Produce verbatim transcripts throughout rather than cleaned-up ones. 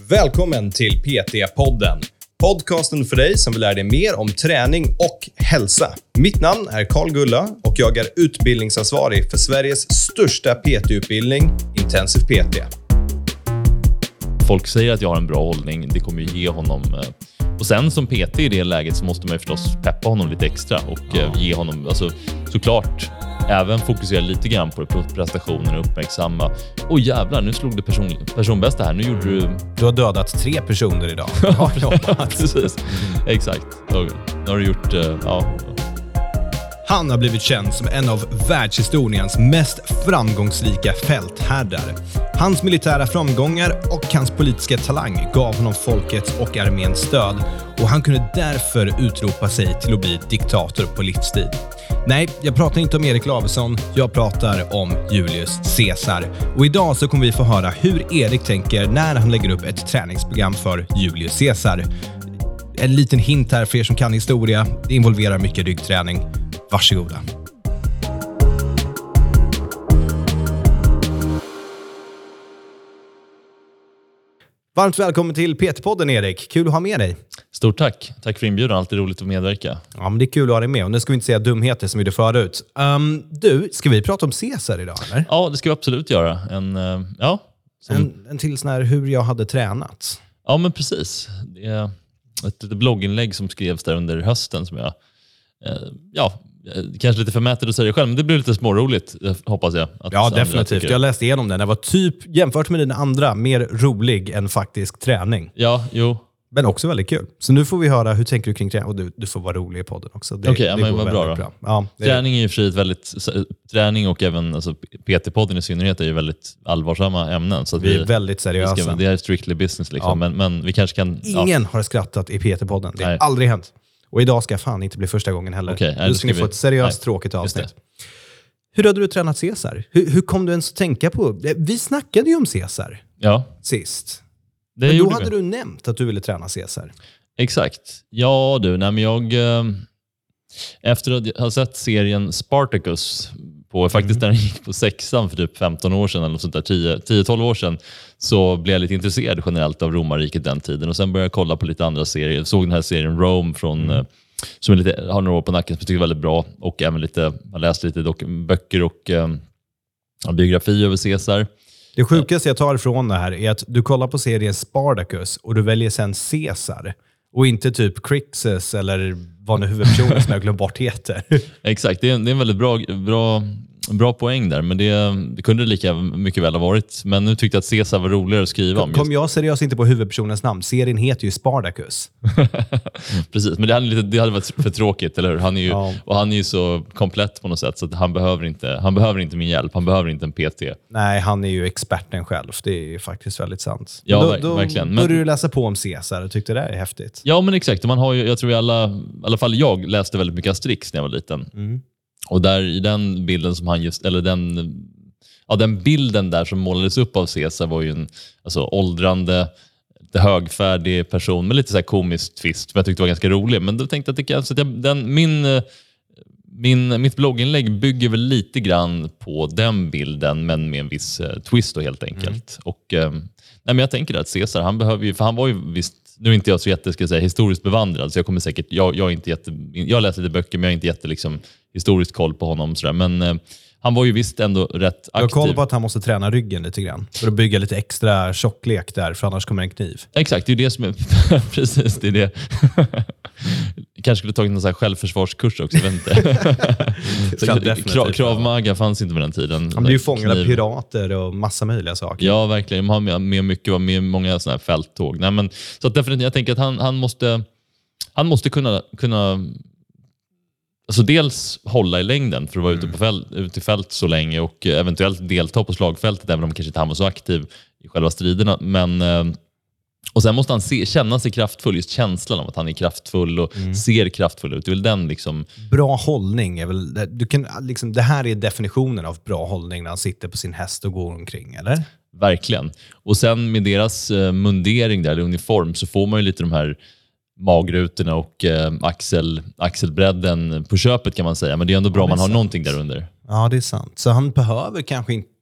Välkommen till P T-podden. Podcasten för dig som vill lära dig mer om träning och hälsa. Mitt namn är Carl Gulla och jag är utbildningsansvarig för Sveriges största P T-utbildning, Intensiv P T. Folk säger att jag har en bra hållning, det kommer ju ge honom... Och sen som P T i det läget så måste man ju förstås peppa honom lite extra och ja. ge honom, alltså såklart, även fokusera lite grann på prestationen och uppmärksamma. Åh jävlar, nu slog det person, personbästa här. Nu gjorde du... Du har dödat tre personer idag. Ja, precis. Exakt. Och nu har du gjort... Uh, ja. Han har blivit känd som en av världshistoriens mest framgångsrika fälthärdare. Hans militära framgångar och hans politiska talang gav honom folkets och arméns stöd och han kunde därför utropa sig till att bli diktator på livstid. Nej, jag pratar inte om Erik Lavesson, jag pratar om Julius Caesar. Och idag så kommer vi få höra hur Erik tänker när han lägger upp ett träningsprogram för Julius Caesar. En liten hint här för er som kan historia, det involverar mycket ryggträning. Varsågoda. Varmt välkommen till P T-podden, Erik. Kul att ha med dig. Stort tack. Tack för inbjudan. Alltid roligt att medverka. Ja, men det är kul att ha dig med. Och nu ska vi inte säga dumheter som vi gjorde förut. Um, du, ska vi prata om Caesar idag, eller? Ja, det ska vi absolut göra. En, uh, ja, som... en, en till sån här hur jag hade tränat. Ja, men precis. Det är ett, ett blogginlägg som skrevs där under hösten som jag... Uh, ja... Kanske lite förmätet att säga det själv, men det blir lite småroligt, hoppas jag. Att ja, definitivt. Jag läste igenom den. Det var typ, jämfört med den andra, mer rolig än faktisk träning. Ja, jo. Men också väldigt kul. Så nu får vi höra, hur tänker du kring träning? Och du, du får vara rolig i podden också. Okej, okay, ja, men vad bra då. Bra. Ja, det träning är ju för sig ett väldigt... Träning och även alltså, P T-podden i synnerhet är ju väldigt allvarsamma ämnen. Så att vi är vi, väldigt seriösa. Vi ska, det är strictly business liksom. Ja. Men, men vi kanske kan... Ingen ja. har skrattat i P T-podden. Det har Nej. aldrig hänt. Och idag ska fan inte bli första gången heller. Okay, nu ska, ska ni vi... få ett seriöst Nej, tråkigt avsnitt. Hur hade du tränat Caesar? Hur, hur kom du ens att tänka på? Vi snackade ju om Caesar ja. sist. Det men då hade vi. du nämnt att du ville träna Caesar. Exakt. Ja du, nej men jag... Efter att ha sett serien Spartacus på, faktiskt när den gick på sexan för typ femton år sedan eller sånt där, tio tolv år sedan, så blev jag lite intresserad generellt av romarriket den tiden och sen började jag kolla på lite andra serier. Jag såg den här serien Rome från, mm. som är lite, har några år på nacken som jag tycker är väldigt bra och även lite, jag läste lite dok- böcker och eh, biografi över Caesar. Det sjukaste jag tar ifrån det här är att du kollar på serien Spartacus och du väljer sen Caesar och inte typ Crixus eller vad nu huvudpersonen som jag glömt bort heter. Exakt, det är en, det är en väldigt bra, bra, bra poäng där. Men det, det kunde det lika mycket väl ha varit. Men nu tyckte jag att Caesar var roligare att skriva om. Kom jag seriöst inte på huvudpersonens namn? Serien heter ju Spartacus. Precis, men det hade, det hade varit för tråkigt, eller hur? Han är ju, ja. Och han är ju så komplett på något sätt så att han behöver inte, han behöver inte min hjälp. Han behöver inte en P T. Nej, han är ju experten själv. Det är ju faktiskt väldigt sant. Ja, då, ver- då verkligen. Då började du läsa på om Caesar och tyckte det är häftigt. Ja, men exakt. Man har ju, jag tror i alla, i alla fall jag läste väldigt mycket Asterix när jag var liten. Mm. Och där i den bilden som han just, eller den, ja, den bilden där som målades upp av Caesar var ju en alltså, åldrande, lite högfärdig person med lite så här komiskt twist som jag tyckte var ganska rolig. Men då tänkte jag att det kanske, att jag, den, min, min, mitt blogginlägg bygger väl lite grann på den bilden men med en viss uh, twist då, helt enkelt. Mm. Och uh, nej, men jag tänker att Caesar, han behöver ju, för han var ju visst, nu är inte jag så jätte, ska jag säga, historiskt bevandrad så jag kommer säkert, jag, jag är inte jätte, jag läser lite böcker men jag är inte jätte liksom historiskt koll på honom sådär. Men eh, han var ju visst ändå rätt aktiv. Jag har koll på att han måste träna ryggen lite grann för att bygga lite extra tjocklek där, för annars kommer en kniv. Exakt, det är det som är precis, det är det. Kanske skulle tagit någon sån här självförsvarskurs också, jag vet inte. Krav, Kravmaga fanns inte på den tiden. Han blev ju fångad av pirater och massa möjliga saker. Ja, verkligen. Han har med mycket, var med många såna här fälttåg. Nej, men, så att definitivt, jag tänker att han, han måste han måste kunna, kunna alltså dels hålla i längden för att vara mm. ute, på fält, ute i fält så länge och eventuellt delta på slagfältet även om kanske inte han var så aktiv i själva striderna. Men och sen måste han se, känna sig kraftfull, just känslan av att han är kraftfull och mm. ser kraftfull ut. Det är väl den liksom... Bra hållning är väl... Du kan, liksom, det här är definitionen av bra hållning när han sitter på sin häst och går omkring, eller? Verkligen. Och sen med deras uh, mundering där, eller uniform, så får man ju lite de här magrutorna och uh, axel, axelbredden på köpet kan man säga. Men det är ändå bra om ja, man har sant. Någonting där under. Ja, det är sant. Så han behöver kanske inte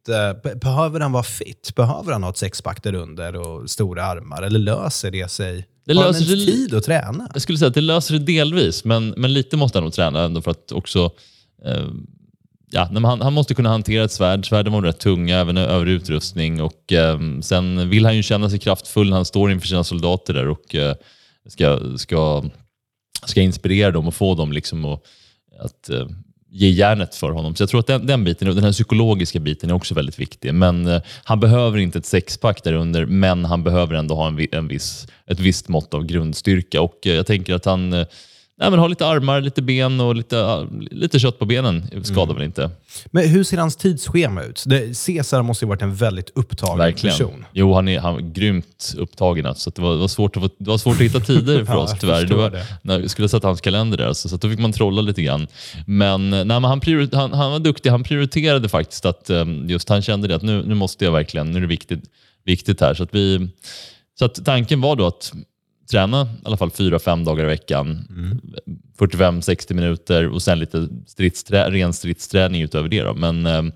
inte... Behöver han vara fit? Behöver han ha ett sexpack där under och stora armar? Eller löser det sig? Det har löser han sig, tid att träna? Jag skulle säga att det löser det delvis, men, men lite måste han nog träna ändå för att också... Eh, ja, han, han måste kunna hantera ett svärd. Svärden var rätt tunga, även över utrustning. Och eh, sen vill han ju känna sig kraftfull när han står inför sina soldater där och eh, ska, ska, ska inspirera dem och få dem liksom och, att eh, ge järnet för honom. Så jag tror att den, den biten, den här psykologiska biten är också väldigt viktig. Men eh, han behöver inte ett sexpack där under, men han behöver ändå ha en, en viss, ett visst mått av grundstyrka. Och eh, jag tänker att han... Eh, Nej, men ha lite armar, lite ben och lite, lite kött på benen skadar mm. väl inte. Men hur ser hans tidsschema ut? Det, Cesar måste ju varit en väldigt upptagen Verkligen. person. Jo, han är, han är grymt upptagen. Så det, var, det, var svårt att få, det var svårt att hitta tider för ja, oss tyvärr. Det var, det. När vi skulle sätta hans kalender där, så, så då fick man trolla lite grann. Men, nej, men han, priori, han, han var duktig. Han prioriterade faktiskt att just han kände det att nu, nu måste jag verkligen, nu är det viktigt, viktigt här. Så att, vi, så att tanken var då att träna i alla fall fyra, fem dagar i veckan. Mm. fyrtiofem till sextio minuter och sen lite stridsträ, ren stridsträning utöver det. Då. Men eh,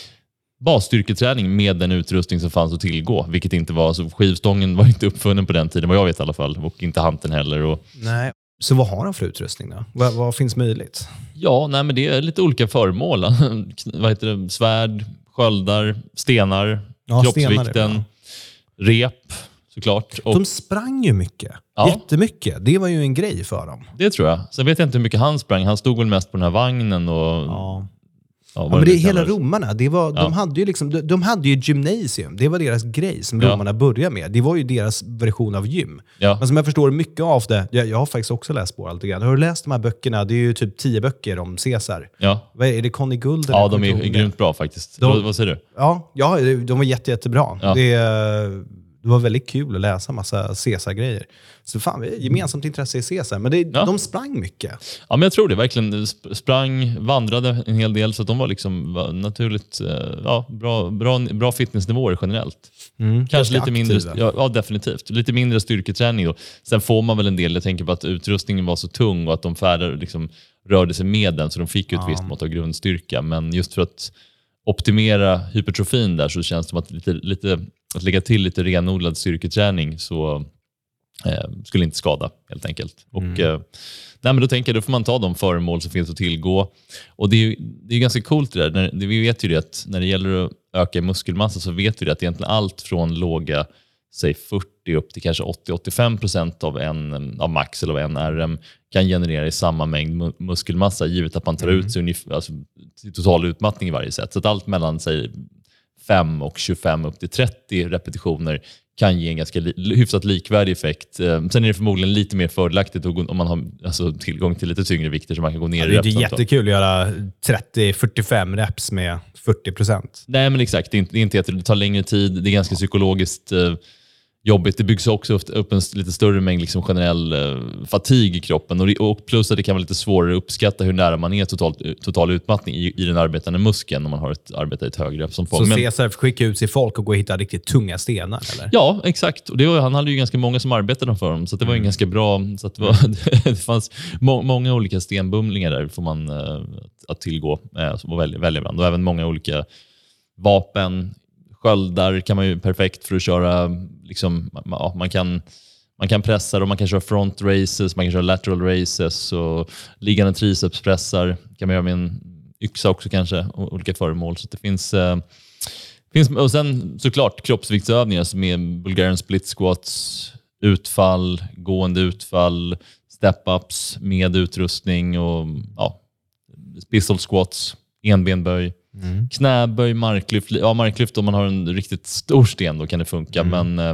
basstyrketräning med den utrustning som fanns att tillgå. Vilket inte var, alltså skivstången var inte uppfunnen på den tiden, vad jag vet i alla fall. Och inte hanteln heller. Och... Nej. Så vad har han för utrustning då? Vad, vad finns möjligt? Ja, nej, men det är lite olika föremål. vad heter det? Svärd, sköldar, stenar, ja, kroppsvikten, stenar rep. Såklart. Och, de sprang ju mycket. Ja. Jättemycket. Det var ju en grej för dem. Det tror jag. Sen vet jag inte hur mycket han sprang. Han stod väl mest på den här vagnen. Och, ja. Ja, ja, men det är hela romarna. Det var, ja. de, hade ju liksom, de, de hade ju gymnasium. Det var deras grej som ja. romarna började med. Det var ju deras version av gym. Ja. Men som jag förstår mycket av det. Jag, jag har faktiskt också läst på allt. Har du läst de här böckerna? Det är ju typ tio böcker om Caesar. Ja. Vad är, är det Conny Guld? Ja, de är, är grymt bra faktiskt. De, vad, vad säger du? Ja, ja, de var jätte, jättebra. Ja. Det Det var väldigt kul att läsa massa Caesar-grejer. Så fan, vi är gemensamt intresse i Caesar. Men det, ja. de sprang mycket. Ja, men jag tror det. Verkligen sprang, vandrade en hel del. Så att de var liksom var naturligt ja, bra, bra, bra fitnessnivåer generellt. Mm, Kanske lite mindre, ja, ja, definitivt. Lite mindre styrketräning då. Sen får man väl en del, jag tänker på att utrustningen var så tung och att de färdar liksom rörde sig med den. Så de fick ju ett ja. visst mått av grundstyrka. Men just för att optimera hypertrofin där så känns det som att lite... lite att lägga till lite renodlad styrketräning så eh, skulle inte skada helt enkelt. Och, mm. eh, nej, men då tänker jag då får man ta de föremål som finns att tillgå. Och det är ju det är ganska coolt det där. När, det, vi vet ju det att när det gäller att öka muskelmassa så vet vi det att egentligen allt från låga säg fyrtio upp till kanske åttio till åttiofem procent av en av max eller av en R M kan generera i samma mängd mu- muskelmassa givet att man tar mm. ut sig ungefär, alltså, till total utmattning i varje sätt. Så att allt mellan sig fem och tjugofem upp till trettio repetitioner kan ge en ganska li- hyfsat likvärdig effekt. Sen är det förmodligen lite mer fördelaktigt om man har alltså, tillgång till lite tyngre vikter så man kan gå ner ja, i reps. Det är inte jättekul att göra trettio till fyrtiofem reps med fyrtio procent. Nej, men exakt. Det är inte, det är inte jätte, det tar längre tid. Det är ganska ja. psykologiskt eh, jobbigt. Det byggs också upp en lite större mängd liksom generell eh, fatig i kroppen. Och, och plus att det kan vara lite svårare att uppskatta hur nära man är total, total utmattning i, i den arbetande muskeln om man har ett arbete i ett högre som folk. Så Caesar skickar ut sig folk och går och hittar riktigt tunga stenar? Eller? Ja, exakt. Och det var, han hade ju ganska många som arbetade för honom. Så det var mm. ju ganska bra. Så att det, var, det fanns må, många olika stenbumlingar där får man eh, att tillgå eh, som välja, välja bland. Och även många olika vapen. Sköldar kan man ju perfekt för att köra liksom, ja, man kan man kan pressa och man kan köra front races, man kan köra lateral races och liggande tricepspressar kan man göra med en yxa också kanske, och olika föremål så det finns eh, finns och sen såklart kroppsviktsövningar som är Bulgarian split squats, utfall, gående utfall, step-ups med utrustning och ja, pistol squats, enbenböj. Mm. Knäböj, marklyft. Ja, marklyft om man har en riktigt stor sten då kan det funka. Mm. Men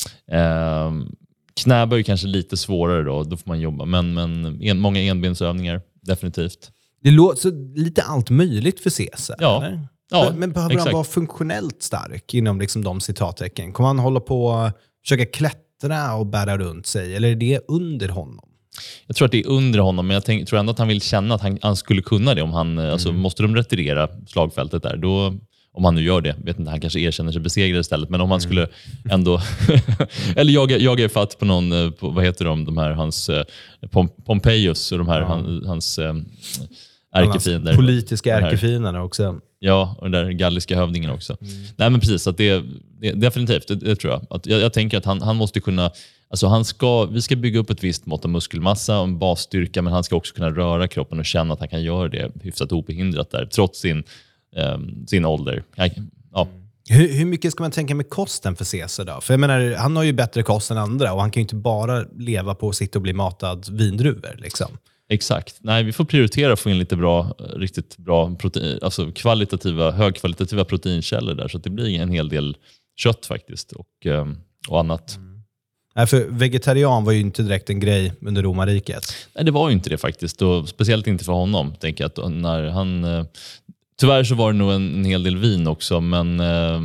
eh, knäböj kanske lite svårare då. Då får man jobba. Men, men en, många enbensövningar, definitivt. Det låter så lite allt möjligt för Caesar. Ja. Eller? Ja, men, men behöver exakt. han vara funktionellt stark inom liksom de citattecken? Kommer han hålla på och försöka klättra och bära runt sig? Eller är det under honom? Jag tror att det är under honom, men jag tänk, tror ändå att han vill känna att han, han skulle kunna det. Om han, mm. alltså, måste de retirera slagfältet där, då, om han nu gör det, vet inte, han kanske erkänner sig besegrad istället, men om han skulle ändå eller jag, jag är fatt på någon, på, vad heter de, de här, hans Pom, Pompeius och de här, ja. han, hans äh, ärkefiender. Politiska ärkefienderna också. Ja, och den där galliska hövdingen också. Mm. Nej, men precis. Att det, det, definitivt, det, det tror jag. Att jag. Jag tänker att han, han måste kunna... Alltså han ska, vi ska bygga upp ett visst mått av muskelmassa och en basstyrka, men han ska också kunna röra kroppen och känna att han kan göra det hyfsat obehindrat där, trots sin, eh, sin ålder. Ja. Hur, hur mycket ska man tänka med kosten för Cesar då? För jag menar, han har ju bättre kost än andra och han kan ju inte bara leva på att sitta och bli matad vindruvor liksom. Exakt. Nej, vi får prioritera att få in lite bra, riktigt bra protein, alltså kvalitativa, högkvalitativa proteinkällor där, så att det blir en hel del kött faktiskt och, och annat. Mm. Nej, för vegetarian var ju inte direkt en grej under romarriket. Nej, det var ju inte det faktiskt, och speciellt inte för honom, tänker jag. Att när han, tyvärr så var det nog en, en hel del vin också, men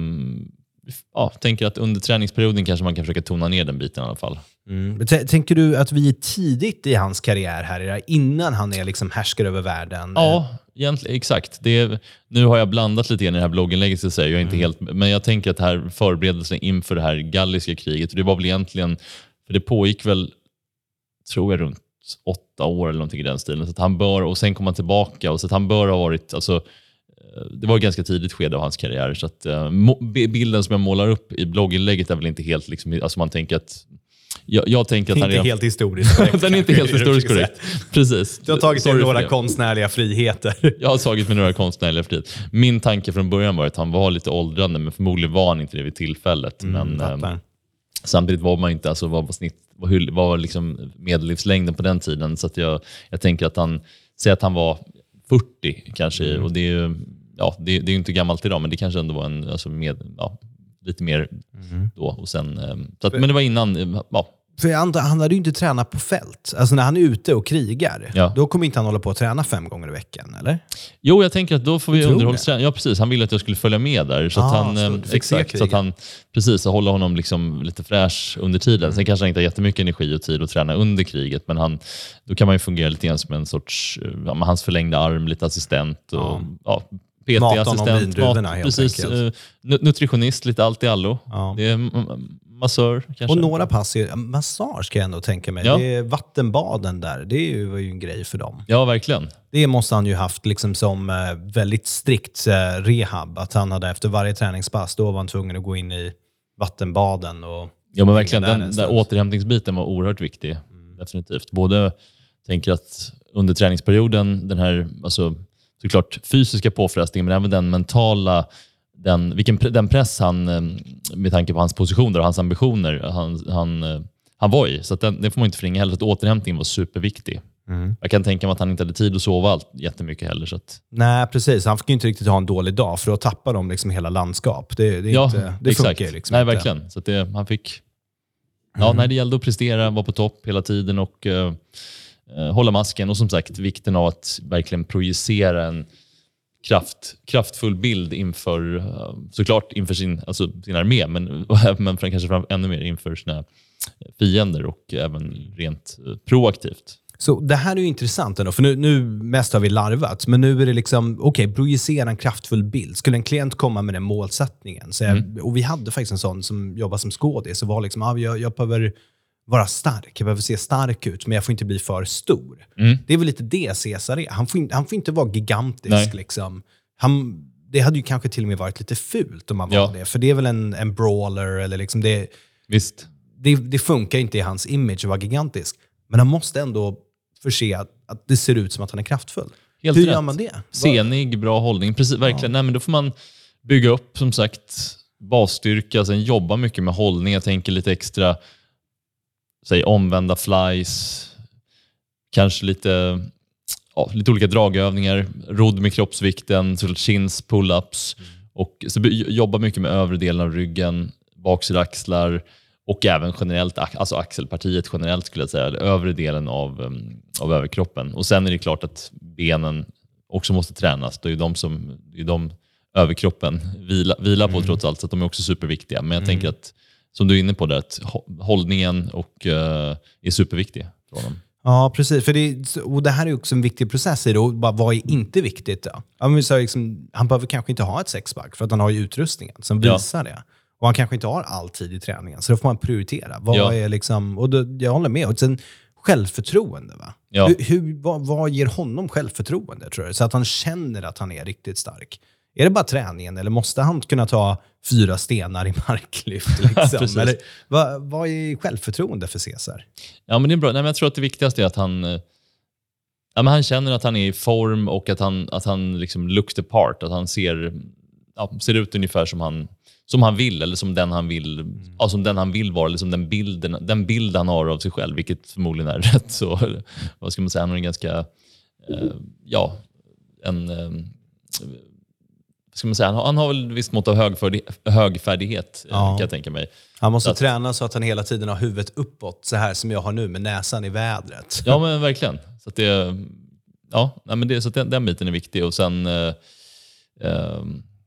ja, tänker att under träningsperioden kanske man kan försöka tona ner den biten i alla fall. Mm. T- tänker du att vi är tidigt i hans karriär här, innan han är liksom härskar över världen? Ja, egentligen, exakt. Det är, nu har jag blandat lite i det här blogginlägget, så säger jag inte mm. helt, men jag tänker att här förberedelsen inför det här galliska kriget, och det var väl egentligen, för det pågick väl, tror jag, runt åtta år eller någonting i den stilen, så att han bör, och sen kom han tillbaka, och så att han bör ha varit, alltså, det var ett ganska tidigt skede av hans karriär, så att uh, bilden som jag målar upp i blogginlägget är väl inte helt, liksom, alltså man tänker att Jag, jag tänker att inte han är helt historiskt korrekt. Den är inte helt historiskt korrekt. Precis. Du har tagit dig några konstnärliga friheter. Jag har tagit mig några konstnärliga friheter. Min tanke från början var att han var lite åldrande, men förmodligen var han inte det vid tillfället. Mm, men eh, samtidigt var man inte, alltså vad var snitt, vad var liksom medellivslängden på den tiden, så att jag, jag tänker att han, säger att han var fyrtio kanske, mm. och det är ju, ja, det, det är ju inte gammalt idag, men det kanske ändå var en, alltså med, ja, lite mer mm. då, och sen, så att, men det var innan, ja. För jag antar, han hade ju inte tränat på fält. Alltså när han är ute och krigar, ja. Då kommer inte han hålla på att träna fem gånger i veckan, eller? Jo, jag tänker att då får vi underhållsträna. Ja, precis. Han ville att jag skulle följa med där. Så ah, att han, så exakt, så att han, precis, att hålla honom liksom lite fräsch under tiden. Mm. Sen kanske han inte har jättemycket energi och tid att träna under kriget, men han, då kan man ju fungera lite grann som en sorts, ja, med hans förlängda arm, lite assistent och ja. Ja, P T-assistent, mat, precis, uh, nutritionist, lite allt i allo. Ja. Det är massör kanske. Och några pass är, massage ska jag ändå tänka mig. Ja. Det är vattenbaden där, det är ju, var ju en grej för dem. Ja, verkligen. Det måste han ju haft liksom som uh, väldigt strikt uh, rehab, att han hade efter varje träningspass, då var han tvungen att gå in i vattenbaden. Och ja, men verkligen, den där, där återhämtningsbiten var oerhört viktig, mm. definitivt. Både, tänker att under träningsperioden, den här, alltså såklart fysiska påfrestningen, men även den mentala, den, vilken, den press han, med tanke på hans positioner och hans ambitioner, han, han, han var i. Så att den, den får man inte förringa heller. Att återhämtningen var superviktig. Mm. Jag kan tänka mig att han inte hade tid att sova allt jättemycket heller. Så att... Nej, precis. Han fick ju inte riktigt ha en dålig dag, för att tappa dem liksom hela landskap. Det, det, är ja, inte, det exakt. funkar liksom nej, inte. Verkligen. Så att det, han fick... Ja, mm. nej, det gällde att prestera, vara på topp hela tiden och uh, uh, hålla masken. Och som sagt, vikten av att verkligen projicera en kraft, kraftfull bild inför, uh, såklart inför sin, alltså sin armé, men, men kanske fram, ännu mer inför sina fiender och även rent uh, proaktivt. Så det här är ju intressant ändå, för nu, nu mest har vi larvat, men nu är det liksom, okej, okay, projicera en kraftfull bild. Skulle en klient komma med den målsättningen? Så jag, mm. Och vi hade faktiskt en sån som jobbar som skådis, så var liksom, ah, jag, jag behöver vara stark, jag behöver se stark ut, men jag får inte bli för stor. Mm. Det är väl lite det Cesar är. Han får, in, han får inte vara gigantisk. Liksom. Han, det hade ju kanske till och med varit lite fult om man var ja. det, för det är väl en, en brawler, eller liksom det, visst. Det, det funkar inte i hans image att vara gigantisk, men han måste ändå förse att, att det ser ut som att han är kraftfull. Helt Hur rätt. Gör man det? Senig, bra hållning. Precis, verkligen. Ja. Nej, men då får man bygga upp, som sagt, basstyrka, sen jobba mycket med hållning. Jag tänker lite extra, säg omvända flies, kanske lite, ja, lite olika dragövningar, rodd med kroppsvikten, chins, pull-ups, mm. och så jobba mycket med övre delen av ryggen, baksida axlar. Och även generellt, alltså axelpartiet generellt skulle jag säga, övre delen av, av överkroppen. Och sen är det klart att benen också måste tränas. Det är ju de som, det är de överkroppen vila, vila på mm. trots allt, så att de är också superviktiga. Men jag mm. tänker att, som du är inne på det, att hållningen och, uh, är superviktig för honom. Ja, precis. För det, och det här är också en viktig process i det. Och bara, vad är inte viktigt då? Ja, men så liksom, han behöver kanske inte ha ett sexpack, för att han har ju utrustningen som visar ja. det. Och han kanske inte har all tid i träningen. Så då får man prioritera. Vad ja. är liksom, och då, jag håller med. Och sen självförtroende. Va? Ja. Hur, hur, vad, vad ger honom självförtroende, tror du? Så att han känner att han är riktigt stark. Är det bara träningen eller måste han kunna ta fyra stenar i marklyft? Liksom? Eller, vad, vad är självförtroende för Cesar? Ja, men det är bra. Nej, men jag tror att det viktigaste är att han, ja, men han känner att han är i form och att han, att han liksom looks the part. Att han ser, ja, ser ut ungefär som han, som han vill eller som den han vill, mm. ja, som den han vill vara eller som den bilden, den bild han har av sig själv, vilket förmodligen är rätt så, vad ska man säga, han är en ganska eh, ja, en eh, ska man säga, han har, han har väl visst mått av högfärdighet, högfärdighet ja. kan jag tänka mig. Han måste så att, träna så att han hela tiden har huvudet uppåt, så här som jag har nu med näsan i vädret. Ja, men verkligen. Så att det, ja, nej, men det, så att den, den biten är viktig. Och sen eh, eh,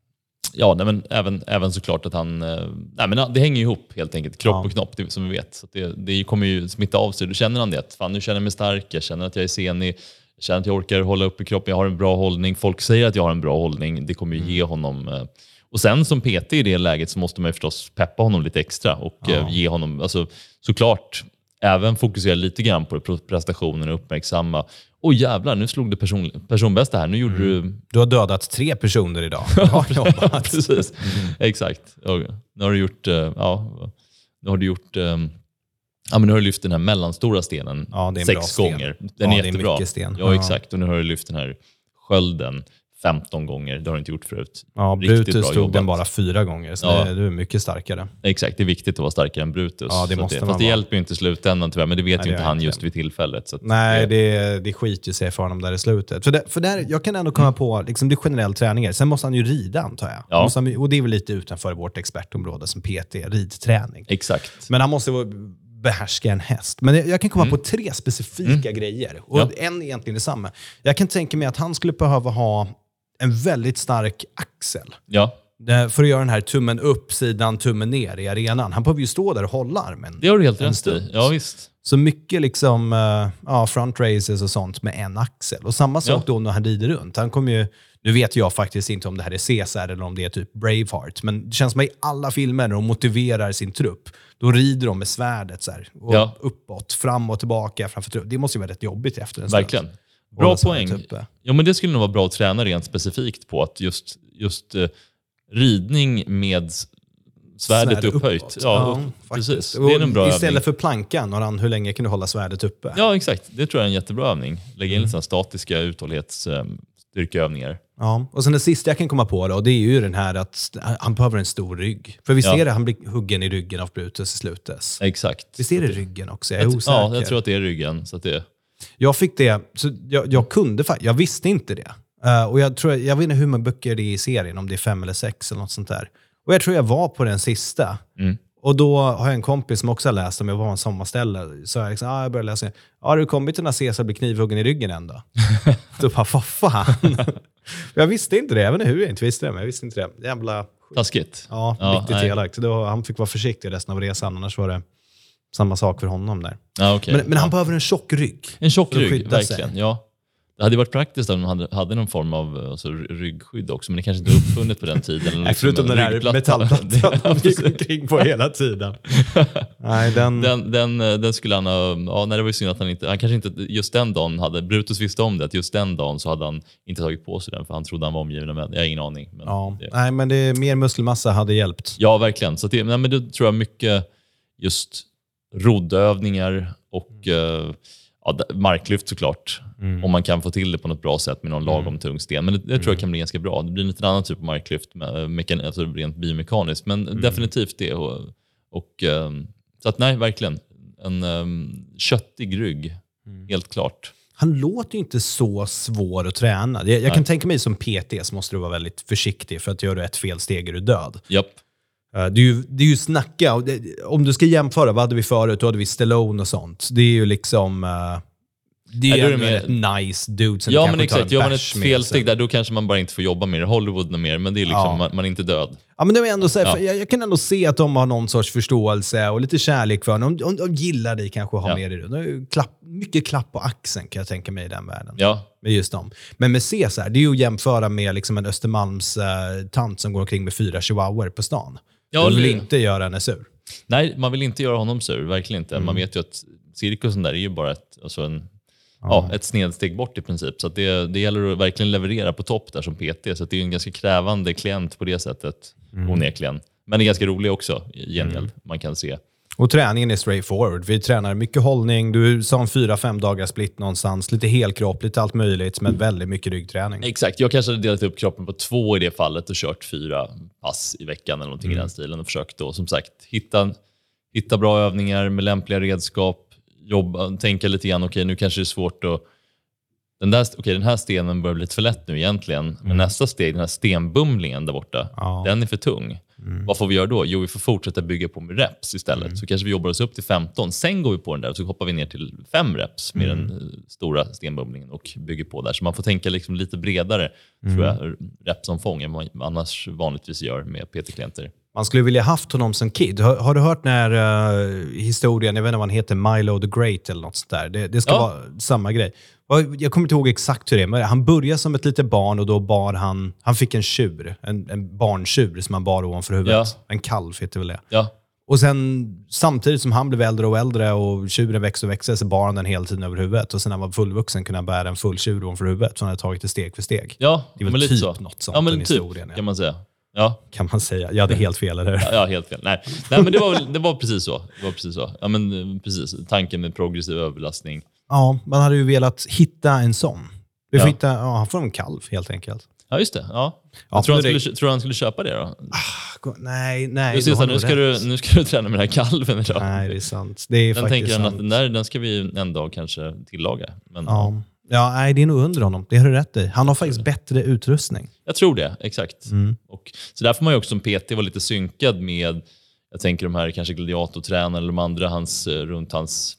ja, nej, men även, även såklart att han, eh, nej, men det hänger ihop helt enkelt, kropp ja. och knopp, det, som vi vet. Så att det, det kommer ju smitta av sig. Då känner han det, fan, nu känner jag mig stark, jag känner att jag är senig, jag känner att jag orkar hålla upp i kroppen, jag har en bra hållning. Folk säger att jag har en bra hållning. Det kommer ju ge honom... Och sen som P T i det läget så måste man ju förstås peppa honom lite extra. Och ja. ge honom... Alltså, såklart, även fokusera lite grann på prestationen och uppmärksamma. Åh jävlar, nu slog det person, personbästa här. Nu gjorde mm. du... Du har dödat tre personer idag. Ja, precis. Mm. Exakt. Och nu har du gjort... Ja, nu har du gjort... Ja, men nu har du lyft den här mellanstora stenen ja, sex gånger. Den ja, är jättebra. Det är sten. Ja, exakt. Och nu har du lyft den här skölden femton gånger. Det har du inte gjort förut. Ja, Brutus stod den bara fyra gånger. Så ja. det, du är mycket starkare. Exakt, det är viktigt att vara starkare än Brutus. Ja, det måste det, man fast det vara. hjälper ju inte i slutändan tyvärr. Men det vet Nej, ju inte han egentligen. just vid tillfället. Så att Nej, det, det skiter ju sig för honom där i slutet. För, det, för där, jag kan ändå komma mm. på, liksom, det är generell träningar. Sen måste han ju rida, antar jag. Ja. Måste han, och det är väl lite utanför vårt expertområde som P T, ridträning. Exakt. Men han måste behärska en häst. Men jag kan komma mm. på tre specifika mm. grejer. Och ja. en är egentligen detsamma. Jag kan tänka mig att han skulle behöva ha en väldigt stark axel. Ja. För att göra den här tummen upp, sidan, tummen ner i arenan. Han behöver ju stå där och hålla armen. Det har du helt rätt i. Ja, visst. Så mycket liksom, uh, ja, front races och sånt med en axel. Och samma sak ja. då när han rider runt. Han kommer ju, nu vet jag faktiskt inte om det här är Caesar eller om det är typ Braveheart. Men det känns som att i alla filmer när de motiverar sin trupp, då rider de med svärdet så här, och ja. uppåt, fram och tillbaka framför trupp. Det måste ju vara rätt jobbigt efter en stund. Verkligen. Bra poäng. Ja, men det skulle nog vara bra att träna rent specifikt på att just, just uh, ridning med svärdet Svärd upphöjt. Uppåt. Ja, ja precis. Det är en bra istället övning. för plankan, har han, hur länge kan du hålla svärdet uppe? Ja, exakt. Det tror jag är en jättebra övning. Lägga in mm. statiska uthållighetsstyrkeövningar. Ja, och sen det sista jag kan komma på då, det är ju den här att han behöver en stor rygg. För vi ser ja. det, han blir huggen i ryggen av Brutus i slutet. Exakt. Vi ser det i ryggen också, jag är jag, osäker. Ja, jag tror att det är ryggen. Så att det... Jag fick det, så jag, jag kunde faktiskt, jag visste inte det. Uh, och jag tror, jag vet inte hur man böcker det i serien, om det är fem eller sex eller något sånt där. Och jag tror jag var på den sista. Mm. Och då har jag en kompis som också har läst om jag var en sommarställe. Så jag, liksom, ah, jag började läsa. Ja, har du kommit till när Caesar blir knivhuggen i ryggen ändå? Då bara, vad fan? Jag visste inte det, jag vet inte hur jag inte visste det, men jag visste inte det. Jävla taskigt. Ja, ja riktigt elakt. Då, han fick vara försiktig resten av resan, annars var det samma sak för honom där. Ja, okay. Men, men ja. han behöver en tjock rygg. En tjock rygg, verkligen. Sig. Ja. Det hade varit praktiskt om de hade, hade någon form av alltså, ryggskydd också, men det kanske inte är uppfunnet på den tiden. Nej, förutom den här metallplattan han gick omkring på hela tiden. Nej, den... Den, den, den skulle han ha... Ja, nej, det var ju synd att han inte... Han kanske inte just den dagen hade... Brutus visste om det, att just den dagen så hade han inte tagit på sig den, för han trodde han var omgiven med... Jag har ingen aning. Men ja. det... Nej, men det är mer muskelmassa hade hjälpt. Ja, verkligen. Så det, nej, men det tror jag mycket just roddövningar och... Uh, ja, marklyft såklart. Mm. Om man kan få till det på något bra sätt med någon lagom mm. tung sten. Men det, det tror jag kan bli ganska bra. Det blir en lite annan typ av marklyft, med, mekan- alltså rent biomekaniskt. Men mm. definitivt det. Och, och, um, så att nej, verkligen. En um, köttig rygg. Mm. Helt klart. Han låter ju inte så svår att träna. Jag, jag kan tänka mig som P T så måste du vara väldigt försiktig. För att gör du ett fel steg är du död. Japp. Uh, det, är ju, det är ju snacka. Om du ska jämföra, vad hade vi förut? Då hade vi Stallone och sånt. Det är ju liksom... Uh, det är ju mer... ett nice dude som ja, men exakt. Gör man ett felsteg där, då kanske man bara inte får jobba med Hollywood mer. Men det är liksom, ja. man, man är inte död. Ja, men det är ändå så här, ja. jag, jag kan ändå se att de har någon sorts förståelse och lite kärlek för honom. De, de gillar dig kanske att ha ja. med dig. De klapp, mycket klapp på axeln kan jag tänka mig i den världen. Ja. Med just dem. Men med Caesar, det är ju att jämföra med liksom en Östermalms uh, tant som går omkring med fyra chihuahuor på stan. Ja, du vill det... inte göra henne sur. Nej, man vill inte göra honom sur. Verkligen inte. Mm. Man vet ju att cirkusen där är ju bara ett, alltså en, ja, ett snedsteg bort i princip. Så att det, det gäller att verkligen leverera på topp där som P T. Så att det är en ganska krävande klient på det sättet, mm. onekligen. Men det är ganska rolig också i gengäld, mm. man kan se. Och träningen är straightforward. Vi tränar mycket hållning. Du sa en fyra, fem dagars split någonstans. Lite helkropp, lite allt möjligt. Men väldigt mycket ryggträning. Exakt. Jag kanske hade delat upp kroppen på två i det fallet och kört fyra pass i veckan eller någonting mm. i den stilen. Och försökt då, som sagt, hitta, hitta bra övningar med lämpliga redskap. Jobba, tänka lite grann, okej, okay, nu kanske det är svårt att... Den, där, okay, den här stenen börjar bli lite för lätt nu egentligen. Mm. Men nästa steg, den här stenbumlingen där borta, ja. den är för tung. Mm. Vad får vi göra då? Jo, vi får fortsätta bygga på med reps istället. Mm. Så kanske vi jobbar oss upp till femton. Sen går vi på den där och så hoppar vi ner till fem reps med mm. den stora stenbumlingen och bygger på där. Så man får tänka liksom lite bredare mm. tror jag, repsomfång än man annars vanligtvis gör med P T-klienter. Man skulle vilja haft honom som kid. Har, har du hört när uh, historien, jag vet inte vad han heter, Milo the Great eller något sånt där. Det, det ska ja. vara samma grej. Jag kommer inte ihåg exakt hur det är, men han började som ett litet barn och då bar han, han fick en tjur, en, en barntjur som han bar ovanför huvudet. Ja. En kalv heter väl det. Ja. Och sen samtidigt som han blev äldre och äldre och tjuren växte och växte så bar han den hela tiden över huvudet. Och sen när han var fullvuxen kunde han bära en full tjur ovanför huvudet. Så han hade tagit det steg för steg. Ja, det är väl typ så. Något sånt ja, men i typ, historien. Ja. Kan man säga. Ja. Kan man säga. Ja, det är helt fel, eller? Ja, ja, helt fel. Nej, Nej men det var, det var precis så. Det var precis så. Ja, men precis. Tanken med progressiv överbelastning. Ja, man hade ju velat hitta en sån. Vi får ja. hitta, ja, han får en kalv helt enkelt. Ja, just det. Ja. Ja, tror, han skulle, det... tror han skulle köpa det då? Ah, nej, nej. Du så, nu, ska du, nu ska du träna med den här kalven idag. Nej, det är sant. Det är den faktiskt tänker han sant. att den, där, den ska vi en dag kanske tillaga. Men, ja. Ja, nej, det är nog under honom. Det har du rätt i. Han har faktiskt bättre utrustning. Jag tror det, exakt. Mm. Och, så där får man ju också som P T vara lite synkad med, jag tänker de här kanske gladiatortränare eller de andra hans, runt hans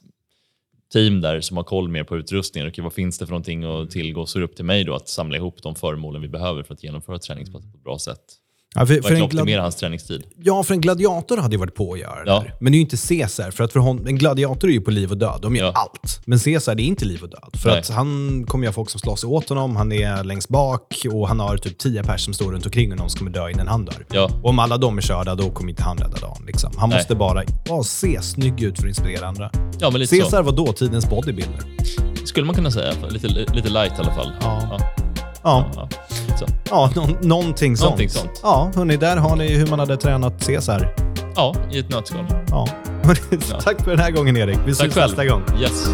team där som har koll mer på utrustningen. Och vad finns det för någonting att tillgå? Så är det upp till mig då att samla ihop de föremålen vi behöver för att genomföra träningspass på ett bra sätt. Ja, för, för en gladi- hans träningstid. Ja, för en gladiator hade ju varit på att göra det ja. där. Men det är ju inte Caesar. För att för hon, en gladiator är ju på liv och död. De gör ja. allt. Men Caesar, det är inte liv och död. För Nej. att han kommer ju ha folk som slåss åt honom. Han är längst bak. Och han har typ tio personer som står runt omkring honom som kommer dö innan han dör. Ja. Och om alla de är körda, då kommer inte han rädda dagen. Liksom. Han Nej. måste bara oh, se snygg ut för att inspirera andra. Ja, men lite Caesar så. var då tidens bodybuilder. Skulle man kunna säga. Lite, lite light i alla fall. Ja. Ja. Ja, ja, så. ja nå- någonting, sånt. någonting sånt. Ja, hörni, där har ni hur man hade tränat Caesar. Ja, i ett nötskal. Ja. Tack för den här gången, Erik. Vi ses nästa gång. Yes.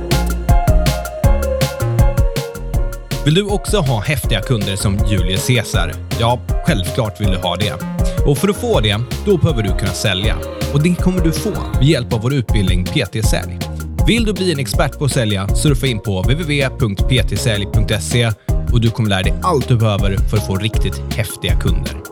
Vill du också ha häftiga kunder som Julius Caesar? Ja, självklart vill du ha det. Och för att få det, då behöver du kunna sälja. Och det kommer du få med hjälp av vår utbildning P T-sälj. Vill du bli en expert på att sälja, surfa in på w w w punkt p t sälj punkt se och du kommer lära dig allt du behöver för att få riktigt häftiga kunder.